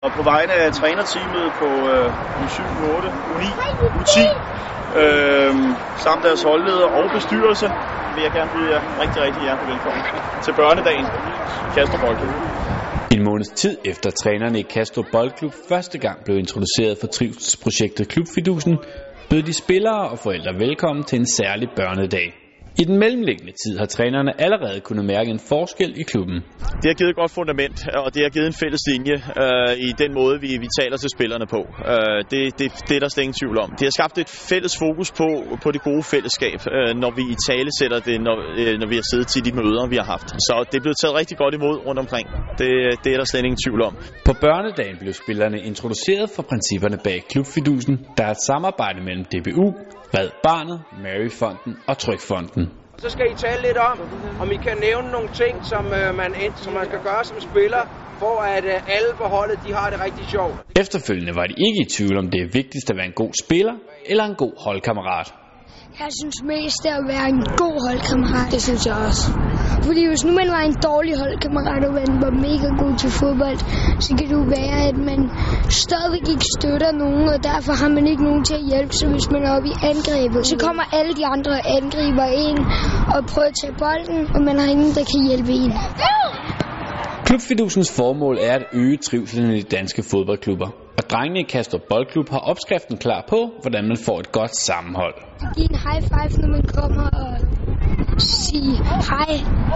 Og på vegne af trænerteamet på U7, U8, U9, U10, samt deres holdleder og bestyrelse, vil jeg gerne byde jer rigtig hjertelig velkommen til børnedagen i Kastrup Boldklub. En måneds tid efter trænerne i Kastrup Boldklub første gang blev introduceret for trivselsprojektet Klubfidusen, bød de spillere og forældre velkommen til en særlig børnedag. I den mellemliggende tid har trænerne allerede kunnet mærke en forskel i klubben. Det har givet et godt fundament, og det har givet en fælles linje i den måde, vi taler til spillerne på. Det er der slet ingen tvivl om. Det har skabt et fælles fokus på det gode fællesskab, når vi i tale sætter det, når vi har siddet til de møder, vi har haft. Så det er blevet taget rigtig godt imod rundt omkring. Det er der slet ingen tvivl om. På børnedagen blev spillerne introduceret for principperne bag Klubfidusen, der er et samarbejde mellem DBU, Red Barnet, Maryfonden og Trygfonden. Så skal I tale lidt om I kan nævne nogle ting, som man skal gøre som spiller, for at alle på holdet de har det rigtig sjovt. Efterfølgende var de ikke i tvivl om det er vigtigst at være en god spiller eller en god holdkammerat. Jeg synes mest det at være en god holdkammerat, det synes jeg også. Fordi hvis nu man var en dårlig holdkammerat, og man var mega god til fodbold, så kan det jo være, at man stadigvæk ikke støtter nogen, og derfor har man ikke nogen til at hjælpe sig, hvis man er oppe i angrebet. Så kommer alle de andre angriber ind og prøver at tage bolden, og man har ingen, der kan hjælpe en. Klubfidusens formål er at øge trivselen i de danske fodboldklubber. Og drengene i Kastrup Boldklub har opskriften klar på, hvordan man får et godt sammenhold. Giv en high five, når man kommer og sige hej.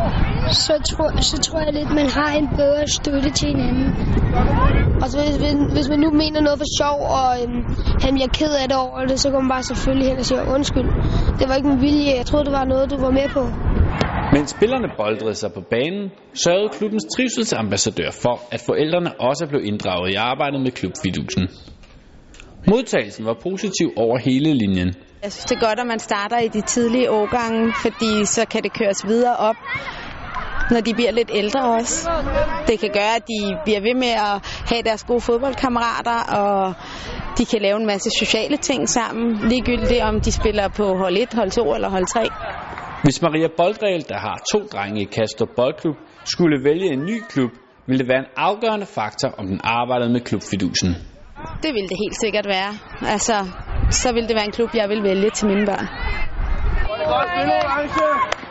Så tror jeg lidt, man har en bedre støtte til hinanden. Og så hvis man nu mener noget for sjov, og han bliver ked af det over det, så går man bare selvfølgelig hen og siger undskyld. Det var ikke min vilje. Jeg troede, det var noget, du var med på. Mens spillerne boldrede sig på banen, sørgede klubbens trivselsambassadør for, at forældrene også blev inddraget i arbejdet med Klubfidusen. Modtagelsen var positiv over hele linjen. Jeg synes, det er godt, at man starter i de tidlige årgange, fordi så kan det køres videre op, når de bliver lidt ældre også. Det kan gøre, at de bliver ved med at have deres gode fodboldkammerater, og de kan lave en masse sociale ting sammen, ligegyldigt om de spiller på hold 1, hold 2 eller hold 3. Hvis Maria Boldregel, der har 2 drenge i Kastrup Boldklub, skulle vælge en ny klub, ville det være en afgørende faktor, om den arbejdede med Klubfidusen. Det ville det helt sikkert være. Så ville det være en klub, jeg vil vælge til mine børn.